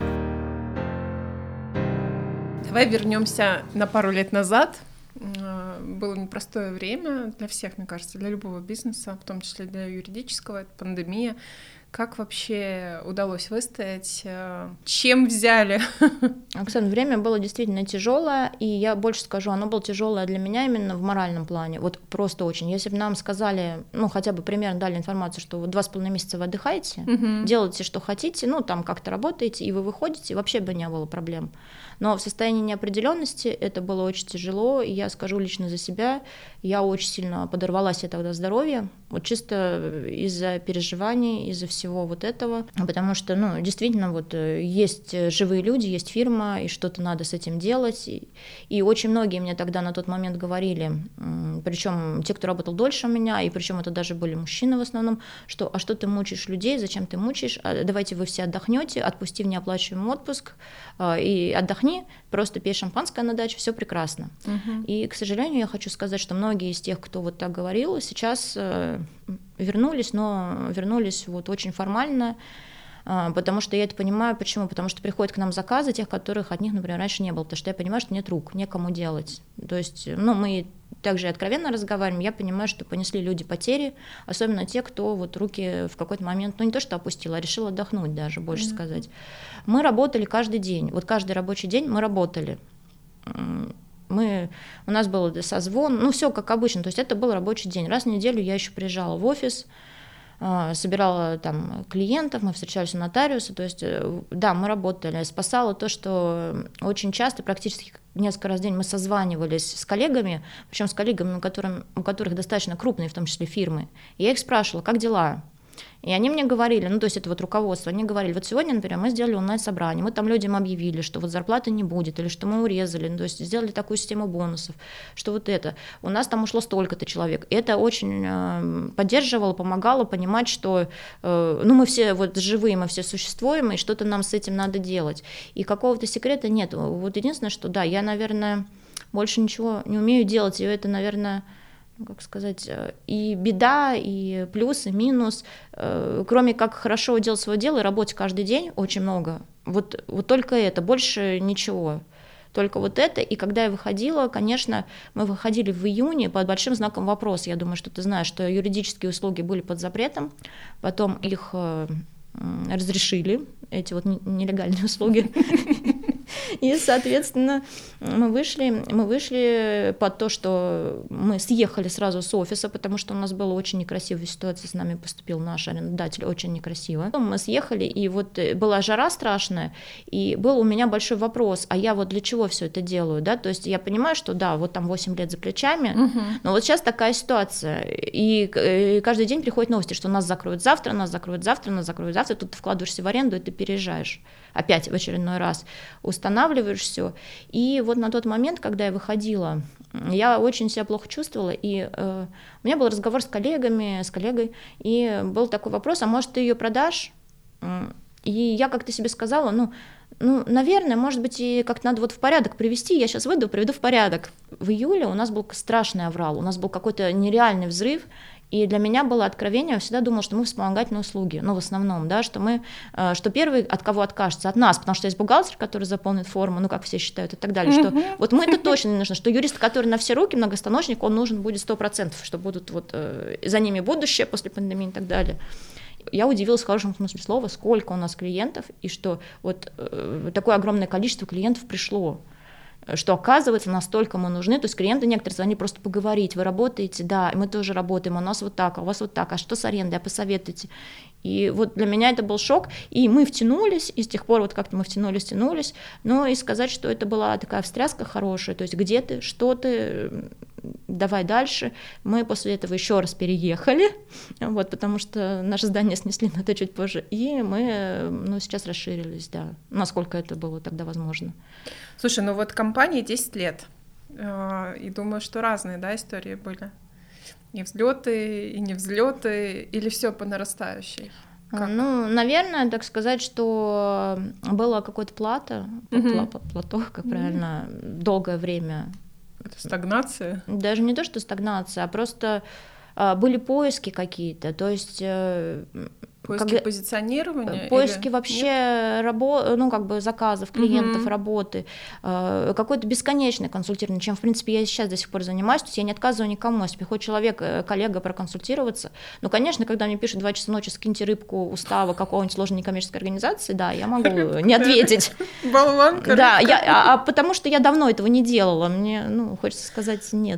[SPEAKER 3] Давай вернемся на пару лет назад. Было непростое время для всех, мне кажется, для любого бизнеса, в том числе для юридического, это пандемия. Как вообще удалось выстоять? Чем взяли?
[SPEAKER 1] Оксана, время было действительно тяжелое, и я больше скажу, оно было тяжелое для меня именно в моральном плане, вот просто очень. Если бы нам сказали, ну хотя бы примерно дали информацию, что вот два с половиной месяца вы отдыхаете, угу. делаете, что хотите, ну там как-то работаете, и вы выходите, вообще бы не было проблем. Но в состоянии неопределенности это было очень тяжело, и я скажу лично за себя, я очень сильно подорвалась я тогда здоровье, вот чисто из-за переживаний, из-за всего вот этого, потому что, ну, действительно, вот есть живые люди, есть фирма, и что-то надо с этим делать, и, и очень многие мне тогда на тот момент говорили, причем те, кто работал дольше меня, и причем это даже были мужчины в основном, что, а что ты мучаешь людей, зачем ты мучаешь, а давайте вы все отдохнете, отпусти в неоплачиваемый отпуск и отдохни, просто пей шампанское на даче, все прекрасно. Угу. И, к сожалению, я хочу сказать, что многие из тех, кто вот так говорил, сейчас вернулись, но вернулись вот очень формально, потому что я это понимаю. Почему? Потому что приходят к нам заказы тех, которых от них, например, раньше не было, потому что я понимаю, что нет рук, некому делать. То есть, ну, мы также откровенно разговариваем, я понимаю, что понесли люди потери, особенно те, кто вот руки в какой-то момент, ну не то что опустил, а решил отдохнуть даже, больше mm-hmm. сказать. Мы работали каждый день, вот каждый рабочий день мы работали. Мы, у нас был созвон, ну все как обычно, то есть это был рабочий день. Раз в неделю я еще приезжала в офис, собирала там клиентов, мы встречались у нотариуса, то есть да, мы работали. Спасало то, что очень часто, практически несколько раз в день мы созванивались с коллегами, причем с коллегами, у которых, у которых достаточно крупные, в том числе фирмы. И я их спрашивала, как дела? И они мне говорили, ну, то есть это вот руководство, они говорили, вот сегодня, например, мы сделали онлайн-собрание, мы там людям объявили, что вот зарплаты не будет, или что мы урезали, ну, то есть сделали такую систему бонусов, что вот это. У нас там ушло столько-то человек. И это очень э, поддерживало, помогало понимать, что, э, ну, мы все вот живые, мы все существуем, и что-то нам с этим надо делать. И какого-то секрета нет. Вот единственное, что, да, я, наверное, больше ничего не умею делать, и это, наверное... как сказать, и беда, и плюс, и минус, кроме как хорошо делать свое дело и работать каждый день очень много, вот, вот только это, больше ничего, только вот это. И когда я выходила, конечно, мы выходили в июне под большим знаком вопроса, я думаю, что ты знаешь, что юридические услуги были под запретом, потом их разрешили, эти вот нелегальные услуги. И, соответственно, мы вышли, мы вышли под то, что мы съехали сразу с офиса, потому что у нас была очень некрасивая ситуация, с нами поступил наш арендодатель, очень некрасиво. Мы съехали, и вот была жара страшная, и был у меня большой вопрос, а я вот для чего все это делаю, да, то есть я понимаю, что да, вот там восемь лет за плечами, угу. но вот сейчас такая ситуация, и, и каждый день приходят новости, что нас закроют завтра, нас закроют завтра, нас закроют завтра, тут ты вкладываешься в аренду, и ты переезжаешь опять в очередной раз, устанавливаешь все. И вот на тот момент, когда я выходила, я очень себя плохо чувствовала, и э, у меня был разговор с коллегами, с коллегой, и был такой вопрос, а может, ты ее продашь? И я как-то себе сказала, ну, ну, наверное, может быть, и как-то надо вот в порядок привести, я сейчас выйду, приведу в порядок. В июле у нас был страшный аврал, у нас был какой-то нереальный взрыв, и для меня было откровение, я всегда думала, что мы вспомогательные услуги, ну, в основном, да, что мы, что первый от кого откажется, от нас, потому что есть бухгалтер, который заполнит форму, ну, как все считают, и так далее, что вот мы-то точно не нужны, что юрист, который на все руки, многостаночник, он нужен будет сто процентов, что будут вот за ними будущее после пандемии и так далее. Я удивилась в хорошем смысле слова, сколько у нас клиентов, и что вот такое огромное количество клиентов пришло, что, оказывается, настолько мы нужны, то есть клиенты некоторые звонили просто поговорить, вы работаете, да, мы тоже работаем, у нас вот так, а у вас вот так, а что с арендой, а посоветуйте. И вот для меня это был шок, и мы втянулись, и с тех пор вот как-то мы втянулись, втянулись, но и сказать, что это была такая встряска хорошая, то есть где ты, что ты, давай дальше. Мы после этого еще раз переехали, вот, потому что наше здание снесли, но это чуть позже, и мы, ну, сейчас расширились, да, насколько это было тогда возможно.
[SPEAKER 3] Слушай, ну вот компании десять лет, и думаю, что разные, да, истории были. И взлеты, и не взлеты, или все по нарастающей? Как?
[SPEAKER 1] Ну, наверное, так сказать, что была какая-то плата, угу. плато, как правильно, угу. долгое время.
[SPEAKER 3] Это стагнация?
[SPEAKER 1] Даже не то, что стагнация, а просто были поиски какие-то, то есть...
[SPEAKER 3] Поиски когда... позиционирования?
[SPEAKER 1] Поиски
[SPEAKER 3] или...
[SPEAKER 1] вообще рабо... ну, как бы заказов, клиентов, угу. работы, э, какое-то бесконечное консультирование, чем, в принципе, я сейчас до сих пор занимаюсь, то есть я не отказываю никому, если приходит человек, коллега проконсультироваться, ну, конечно, когда мне пишут два часа ночи, скиньте рыбку устава какой-нибудь сложной некоммерческой организации, да, я могу не ответить.
[SPEAKER 3] Болванка.
[SPEAKER 1] Да, я, а потому что я давно этого не делала, мне, ну, хочется сказать нет,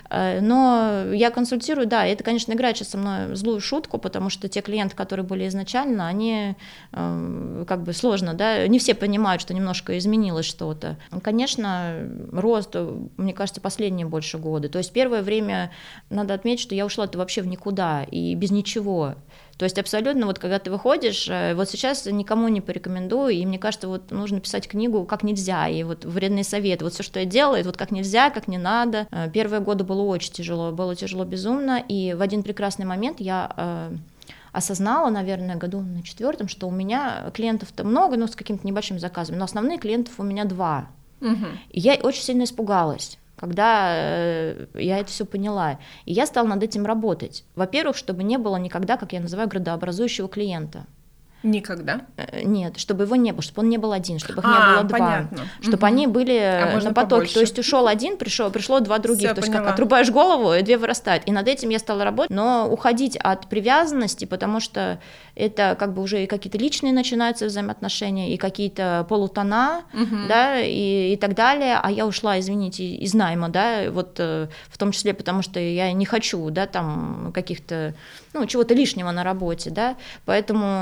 [SPEAKER 1] но я консультирую, да, и это, конечно, играет сейчас со мной злую шутку, потому что те клиенты, которые были изначально, они э, как бы сложно, да, не все понимают, что немножко изменилось что-то. Конечно, рост, мне кажется, последние больше года. То есть первое время, надо отметить, что я ушла-то вообще в никуда и без ничего. То есть абсолютно, вот когда ты выходишь, вот сейчас никому не порекомендую, и мне кажется, вот нужно писать книгу «Как нельзя», и вот вредные советы, вот все, что я делаю, вот как нельзя, как не надо. Первые годы было очень тяжело, было тяжело безумно, и в один прекрасный момент я... осознала, наверное, году на четвертом, что у меня клиентов-то много, ну, с какими-то небольшими заказами, но основных клиентов у меня два. Угу. И я очень сильно испугалась, когда э, я это все поняла. И я стала над этим работать. Во-первых, чтобы не было никогда, как я называю, градообразующего клиента.
[SPEAKER 3] Никогда?
[SPEAKER 1] Нет, чтобы его не было, чтобы он не был один, чтобы их
[SPEAKER 3] а,
[SPEAKER 1] не было два,
[SPEAKER 3] понятно.
[SPEAKER 1] чтобы угу. они были а на потоке. Побольше. То есть ушел один, пришел, пришло два других. Всё, то есть поняла. Как отрубаешь голову, и две вырастают. И над этим я стала работать, но уходить от привязанности, потому что это как бы уже и какие-то личные начинаются взаимоотношения, и какие-то полутона, угу. да, и, и так далее. А я ушла, извините, из найма, да, вот в том числе потому, что я не хочу, да, там каких-то, ну, чего-то лишнего на работе, да, поэтому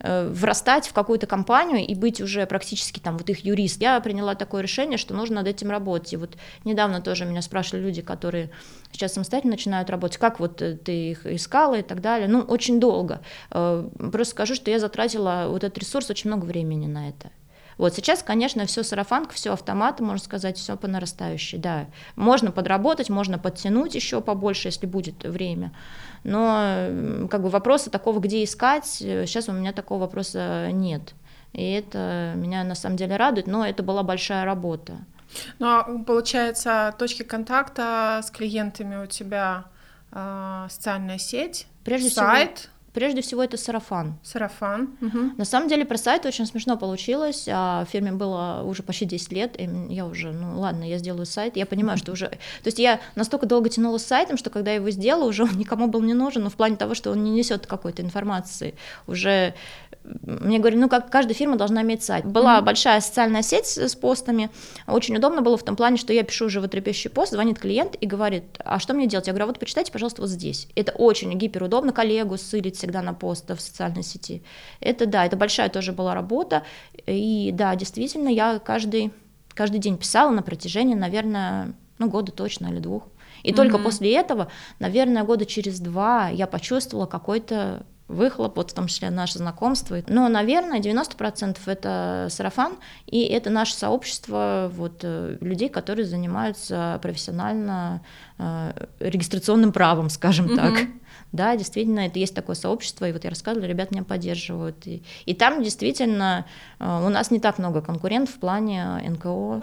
[SPEAKER 1] врастать в какую-то компанию и быть уже практически там вот их юрист. Я приняла такое решение, что нужно над этим работать. И вот недавно тоже меня спрашивали люди, которые сейчас самостоятельно начинают работать, как вот ты их искала и так далее. Ну, очень долго. Просто скажу, что я затратила вот этот ресурс, очень много времени на это. Вот сейчас, конечно, все сарафанка, все автоматы, можно сказать, все по нарастающей, да. Можно подработать, можно подтянуть еще побольше, если будет время. Но как бы вопроса такого, где искать, сейчас у меня такого вопроса нет. И это меня на самом деле радует, но это была большая работа.
[SPEAKER 3] Ну, а получается, точки контакта с клиентами у тебя э, социальная сеть,
[SPEAKER 1] Прежде
[SPEAKER 3] сайт.
[SPEAKER 1] Всего... Прежде всего, это сарафан.
[SPEAKER 3] Сарафан. Угу.
[SPEAKER 1] На самом деле, про сайт очень смешно получилось. А фирме было уже почти десять лет, и я уже, ну ладно, я сделаю сайт. Я понимаю, что уже... То есть я настолько долго тянула с сайтом, что когда я его сделала, уже он никому был не нужен, но в плане того, что он не несет какой-то информации. Уже мне говорят, ну как каждая фирма должна иметь сайт. Была mm-hmm. большая социальная сеть с постами. Очень удобно было в том плане, что я пишу животрепещущий пост, звонит клиент и говорит, а что мне делать? Я говорю, а вот почитайте, пожалуйста, вот здесь. Это очень гиперудобно, коллегу ссылить всегда на пост в социальной сети. Это да, это большая тоже была работа. И да, действительно, я каждый, каждый день писала на протяжении, наверное, ну, года точно или двух. И mm-hmm. только после этого, наверное, года через два я почувствовала какой-то выхлоп, вот в том числе наше знакомство. Но, наверное, девяносто процентов это сарафан, и это наше сообщество вот, людей, которые занимаются профессионально э, регистрационным правом, скажем mm-hmm. так. Да, действительно, это есть такое сообщество, и вот я рассказывала, ребята меня поддерживают. И, и там действительно э, у нас не так много конкурентов в плане эн ка о.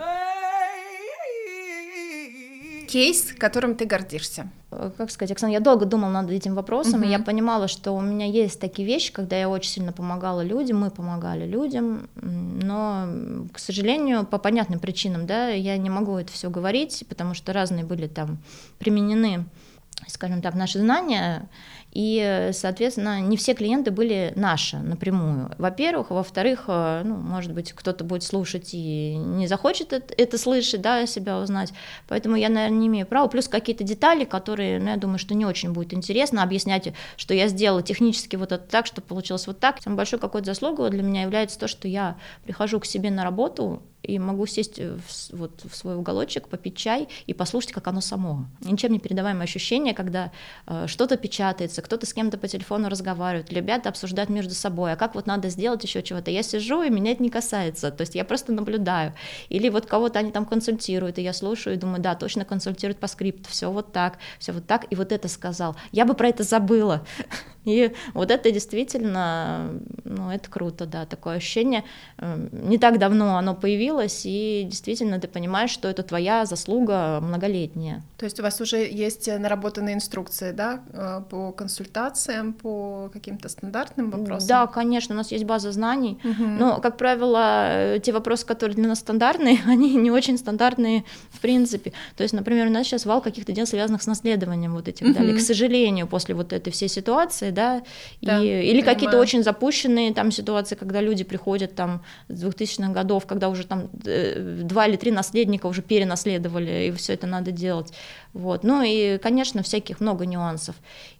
[SPEAKER 3] Кейс, которым ты гордишься?
[SPEAKER 1] Как сказать, Оксана, я долго думала над этим вопросом,
[SPEAKER 3] uh-huh.
[SPEAKER 1] и я понимала, что у меня есть такие вещи, когда я очень сильно помогала людям, мы помогали людям, но, к сожалению, по понятным причинам, да, я не могу это все говорить, потому что разные были там применены, скажем так, наши знания, и, соответственно, не все клиенты были наши напрямую, во-первых. Во-вторых, ну, может быть, кто-то будет слушать и не захочет это, это слышать, да, себя узнать, поэтому я, наверное, не имею права. Плюс какие-то детали, которые, ну, я думаю, что не очень будет интересно объяснять, что я сделала технически вот это так, чтобы получилось вот так. Самой большой какой-то заслугой для меня является то, что я прихожу к себе на работу и могу сесть в, вот, в свой уголочек, попить чай и послушать, как оно само. Ничем не передаваемое ощущение, когда э, что-то печатается, кто-то с кем-то по телефону разговаривает, ребята обсуждают между собой, а как вот надо сделать еще чего-то. Я сижу, и меня это не касается, то есть я просто наблюдаю. Или вот кого-то они там консультируют, и я слушаю и думаю, да, точно консультируют по скрипту, все вот так, все вот так, и вот это сказал. Я бы про это забыла. И вот это действительно, ну, это круто, да, такое ощущение. Не так давно оно появилось, и действительно ты понимаешь, что это твоя заслуга многолетняя.
[SPEAKER 3] То есть у вас уже есть наработанные инструкции, да, по консультациям, по каким-то стандартным вопросам?
[SPEAKER 1] Да, конечно, у нас есть база знаний,
[SPEAKER 3] угу.
[SPEAKER 1] но, как правило, те вопросы, которые для нас стандартные, они не очень стандартные в принципе. То есть, например, у нас сейчас вал каких-то дел, связанных с наследованием вот этих, угу. да, к сожалению, после вот этой всей ситуации, да,
[SPEAKER 3] да,
[SPEAKER 1] и, или какие-то очень запущенные там ситуации, когда люди приходят там с двухтысячных годов, когда уже там два или три наследника уже перенаследовали, и все это надо делать. Вот. Ну и, конечно, всяких много нюансов.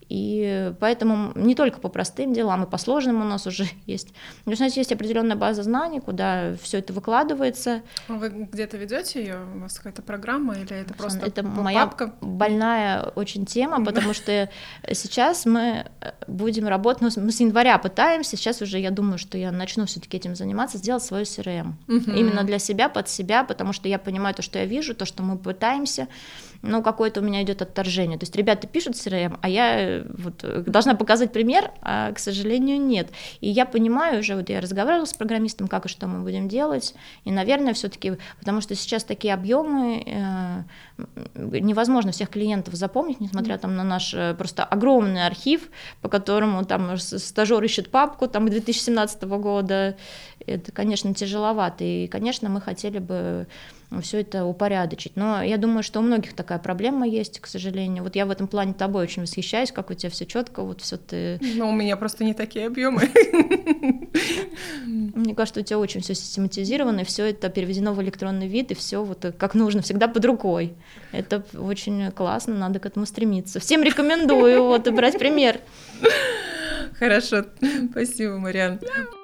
[SPEAKER 1] И поэтому не только по простым делам, и по сложным у нас уже есть. У нас есть определенная база знаний, куда все это выкладывается.
[SPEAKER 3] Вы где-то ведете ее? У вас какая-то программа или это просто
[SPEAKER 1] это
[SPEAKER 3] папка?
[SPEAKER 1] моя больная очень тема, потому что сейчас мы будем работать, ну, мы с января пытаемся, сейчас уже я думаю, что я начну все-таки этим заниматься, сделать свою си эр эм. Угу. Именно для себя, под себя, потому что я понимаю то, что я вижу, то, что мы пытаемся, но какое-то у меня идет отторжение. То есть ребята пишут си эр эм, а я вот должна показать пример, а, к сожалению, нет. И я понимаю уже, вот я разговаривала с программистом, как и что мы будем делать, и, наверное, все-таки, потому что сейчас такие объемы, э, невозможно всех клиентов запомнить, несмотря там на наш просто огромный архив, по которому там стажер ищет папку там две тысячи семнадцатого года. Это, конечно, тяжеловато, и, конечно, мы хотели бы все это упорядочить. Но я думаю, что у многих такая проблема есть, к сожалению. Вот я в этом плане тобой очень восхищаюсь, как у тебя все четко, вот все ты.
[SPEAKER 3] Но у меня просто не такие объемы.
[SPEAKER 1] Мне кажется, у тебя очень все систематизировано, и все это переведено в электронный вид, и все вот как нужно, всегда под рукой. Это очень классно, надо к этому стремиться. Всем рекомендую вот брать пример.
[SPEAKER 3] Хорошо, спасибо, Мариан.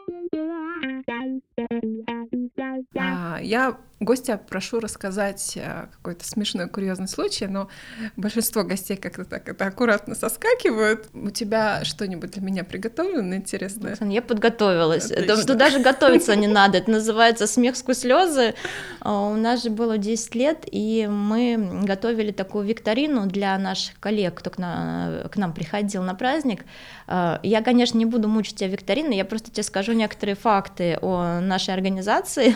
[SPEAKER 3] А, я гостя прошу рассказать какой-то смешной, курьезный случай, но большинство гостей как-то так это аккуратно соскакивают. У тебя что-нибудь для меня приготовлено интересное?
[SPEAKER 1] Я подготовилась. Отлично. Тут даже готовиться не надо. Это называется смех сквозь слезы. У нас же было десять лет, и мы готовили такую викторину для наших коллег, кто к нам, к нам приходил на праздник. Я, конечно, не буду мучить тебя викториной, я просто тебе скажу некоторые факты о нашей организации.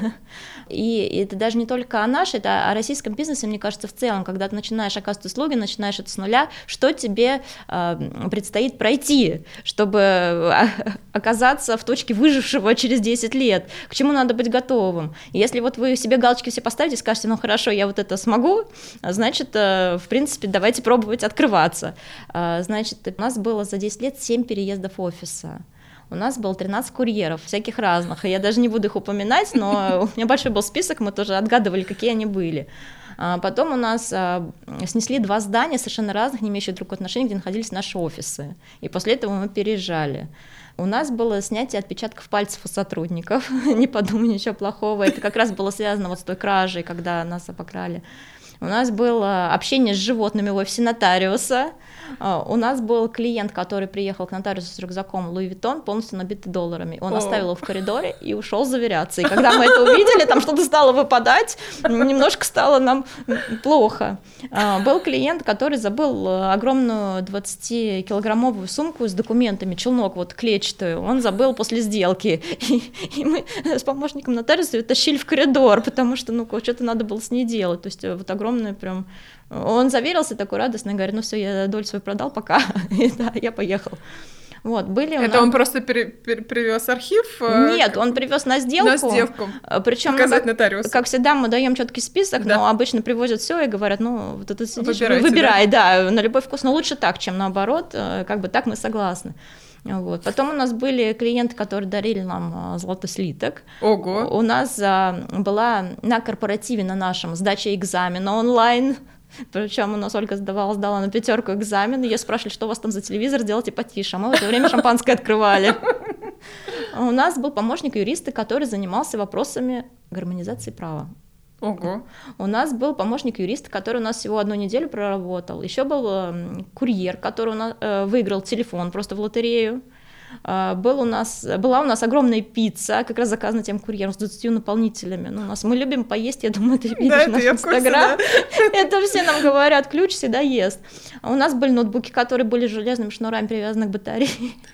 [SPEAKER 1] И это даже не только о нашей, это о российском бизнесе, мне кажется, в целом, когда ты начинаешь оказывать услуги, начинаешь это с нуля, что тебе э, предстоит пройти, чтобы оказаться в точке выжившего через десять лет, к чему надо быть готовым. Если вот вы себе галочки все поставите и скажете, ну хорошо, я вот это смогу, значит, э, в принципе, давайте пробовать открываться. Э, значит, у нас было за десять лет семь переездов офиса. У нас было тринадцать курьеров, всяких разных, и я даже не буду их упоминать, но у меня большой был список, мы тоже отгадывали, какие они были. Потом у нас снесли два здания совершенно разных, не имеющих друг отношения, где находились наши офисы, и после этого мы переезжали. У нас было снятие отпечатков пальцев у сотрудников, не подумай ничего плохого, это как раз было связано вот с той кражей, когда нас обокрали. У нас было общение с животными в офисе нотариуса. У нас был клиент, который приехал к нотариусу с рюкзаком Луи Виттон, полностью набитый долларами. Он О. оставил его в коридоре и ушел заверяться. И когда мы это увидели, там что-то стало выпадать, немножко стало нам плохо. Был клиент, который забыл огромную двадцатикилограммовую сумку с документами, челнок вот клетчатую, он забыл после сделки. И, и мы с помощником нотариуса ее тащили в коридор, потому что ну, что-то надо было с ней делать. То есть вот огромное прям... Он заверился такой радостный, говорит, ну все, я долю свою продал, пока. И да, я поехал. Вот, были
[SPEAKER 3] Это
[SPEAKER 1] нас...
[SPEAKER 3] он просто пере- пере- привез архив?
[SPEAKER 1] Нет, он привез на сделку.
[SPEAKER 3] На сделку.
[SPEAKER 1] Причем
[SPEAKER 3] показать нотариусу.
[SPEAKER 1] Как всегда, мы даем четкий список, да. Но обычно привозят все и говорят, ну, вот это сидишь, выбирай, да? да, на любой вкус, но лучше так, чем наоборот, как бы так мы согласны. Вот. Потом у нас были клиенты, которые дарили нам золотой слиток.
[SPEAKER 3] Ого!
[SPEAKER 1] У нас а, была на корпоративе на нашем сдача экзамена онлайн. Причем у нас Ольга сдавала, сдала на пятерку экзамен, и ее спрашивали, что у вас там за телевизор, делайте потише, а мы в это время шампанское открывали. У нас был помощник юриста, который занимался вопросами гармонизации права.
[SPEAKER 3] Ого.
[SPEAKER 1] У нас был помощник юриста, который у нас всего одну неделю проработал. Еще был курьер, который у нас, э, выиграл телефон просто в лотерею. Uh, был у нас, была у нас огромная пицца, как раз заказана тем курьером с двадцатью наполнителями. Ну, у нас, мы любим поесть, я думаю, ты видишь да, наш Инстаграм. Да. Это все нам говорят, ключ всегда ест. У нас были ноутбуки, которые были железными шнурами привязаны к батарее.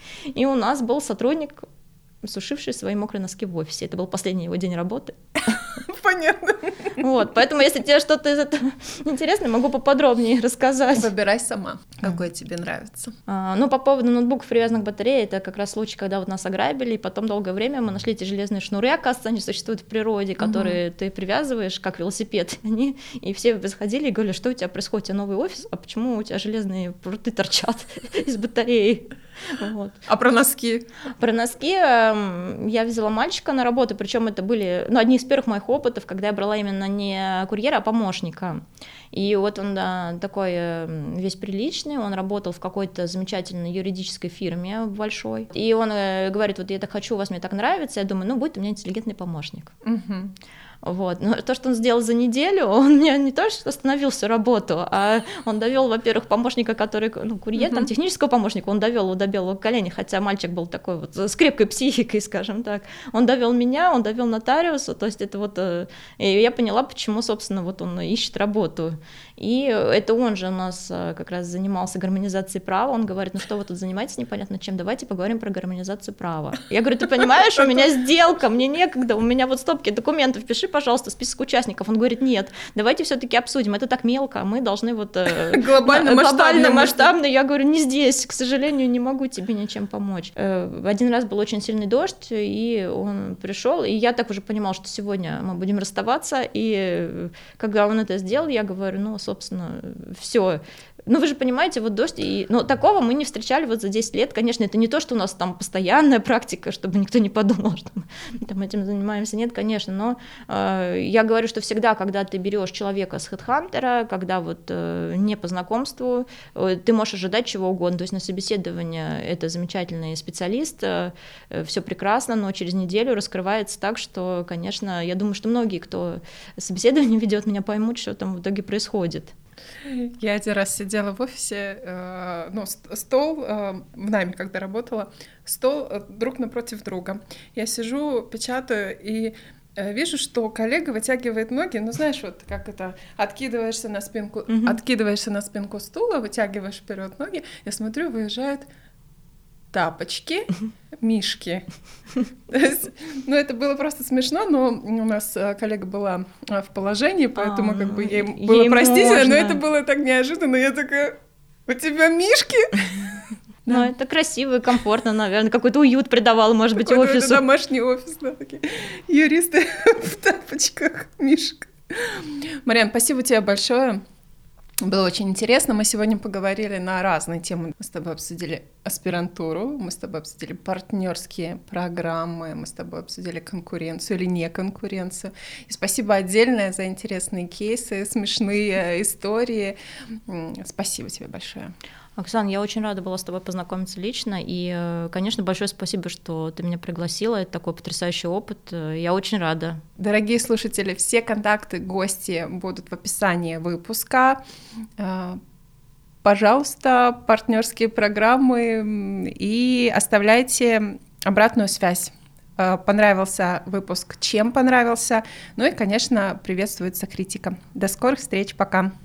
[SPEAKER 1] И у нас был сотрудник, сушивший свои мокрые носки в офисе. Это был последний его день работы.
[SPEAKER 3] Понятно.
[SPEAKER 1] Вот, поэтому, если тебе что-то из этого интересно, могу поподробнее рассказать.
[SPEAKER 3] Выбирай сама, какой тебе нравится.
[SPEAKER 1] А, ну, по поводу ноутбуков, привязанных к батарее, это как раз случай, когда вот нас ограбили, и потом долгое время мы нашли эти железные шнуры, оказывается, они существуют в природе, которые угу. ты привязываешь, как велосипед, они, и все заходили и говорили, что у тебя происходит, у тебя новый офис, а почему у тебя железные пруты торчат из батареи? Вот.
[SPEAKER 3] А про носки?
[SPEAKER 1] Про носки э, я взяла мальчика на работу, причем это были ну, одни из первых моих опытов, когда я брала именно не курьера, а помощника. И вот он да, такой э, весь приличный, он работал в какой-то замечательной юридической фирме большой. И он э, говорит, вот я так хочу, у вас мне так нравится. Я думаю, ну будет у меня интеллигентный помощник.
[SPEAKER 3] Угу.
[SPEAKER 1] Вот. Но то, что он сделал за неделю, он мне не то, что остановил всю работу, а он довел, во-первых, помощника, который, ну, курьер, uh-huh. там, технического помощника, он довел его до белого коленя, хотя мальчик был такой вот с крепкой психикой, скажем так. Он довел меня, он довел нотариуса, то есть это вот... И я поняла, почему, собственно, вот он ищет работу. И это он же у нас как раз занимался гармонизацией права, он говорит, ну что вы тут занимаетесь непонятно чем, давайте поговорим про гармонизацию права. Я говорю, ты понимаешь, у меня сделка, мне некогда, у меня вот стопки документов, пиши, пожалуйста, список участников. Он говорит, нет, давайте все-таки обсудим, это так мелко, мы должны вот...
[SPEAKER 3] Глобально,
[SPEAKER 1] глобально масштабно. Я говорю, не здесь, к сожалению, не могу тебе ничем помочь. Один раз был очень сильный дождь, и он пришел, и я так уже понимала, что сегодня мы будем расставаться, и когда он это сделал, я говорю, ну, собственно, все, Ну, вы же понимаете, вот дождь, и... ну, такого мы не встречали вот за десять лет, конечно, это не то, что у нас там постоянная практика, чтобы никто не подумал, что мы там этим занимаемся, нет, конечно, но э, я говорю, что всегда, когда ты берешь человека с HeadHunter, когда вот э, не по знакомству, э, ты можешь ожидать чего угодно, то есть на собеседование это замечательный специалист, э, э, все прекрасно, но через неделю раскрывается так, что, конечно, я думаю, что многие, кто собеседование ведет, меня поймут, что там в итоге происходит.
[SPEAKER 3] Я один раз сидела в офисе, э, ну, стол, э, в найме, когда работала, стол э, друг напротив друга. Я сижу, печатаю, и э, вижу, что коллега вытягивает ноги, ну, знаешь, вот как это, откидываешься на спинку, mm-hmm. откидываешься на спинку стула, вытягиваешь вперед ноги, я смотрю, выезжают тапочки, мишки. Ну, это было просто смешно, но у нас коллега была в положении, поэтому а, как бы ей было простительно, можно. Но это было так неожиданно. Я такая, у тебя мишки?
[SPEAKER 1] Ну, да. Это красиво и комфортно, наверное. Какой-то уют придавал, может быть,
[SPEAKER 3] Какой-то
[SPEAKER 1] офису.
[SPEAKER 3] Это домашний офис, да, такие юристы в тапочках, мишка. Марьян, спасибо тебе большое. Было очень интересно. Мы сегодня поговорили на разные темы. Мы с тобой обсудили аспирантуру, мы с тобой обсудили партнерские программы, мы с тобой обсудили конкуренцию или не конкуренцию. И спасибо отдельное за интересные кейсы, смешные истории. Спасибо тебе большое.
[SPEAKER 1] Оксана, я очень рада была с тобой познакомиться лично, и, конечно, большое спасибо, что ты меня пригласила, это такой потрясающий опыт, я очень рада.
[SPEAKER 3] Дорогие слушатели, все контакты, гости будут в описании выпуска. Пожалуйста, партнерские программы, и оставляйте обратную связь. Понравился выпуск, чем понравился, ну и, конечно, приветствуется критика. До скорых встреч, пока!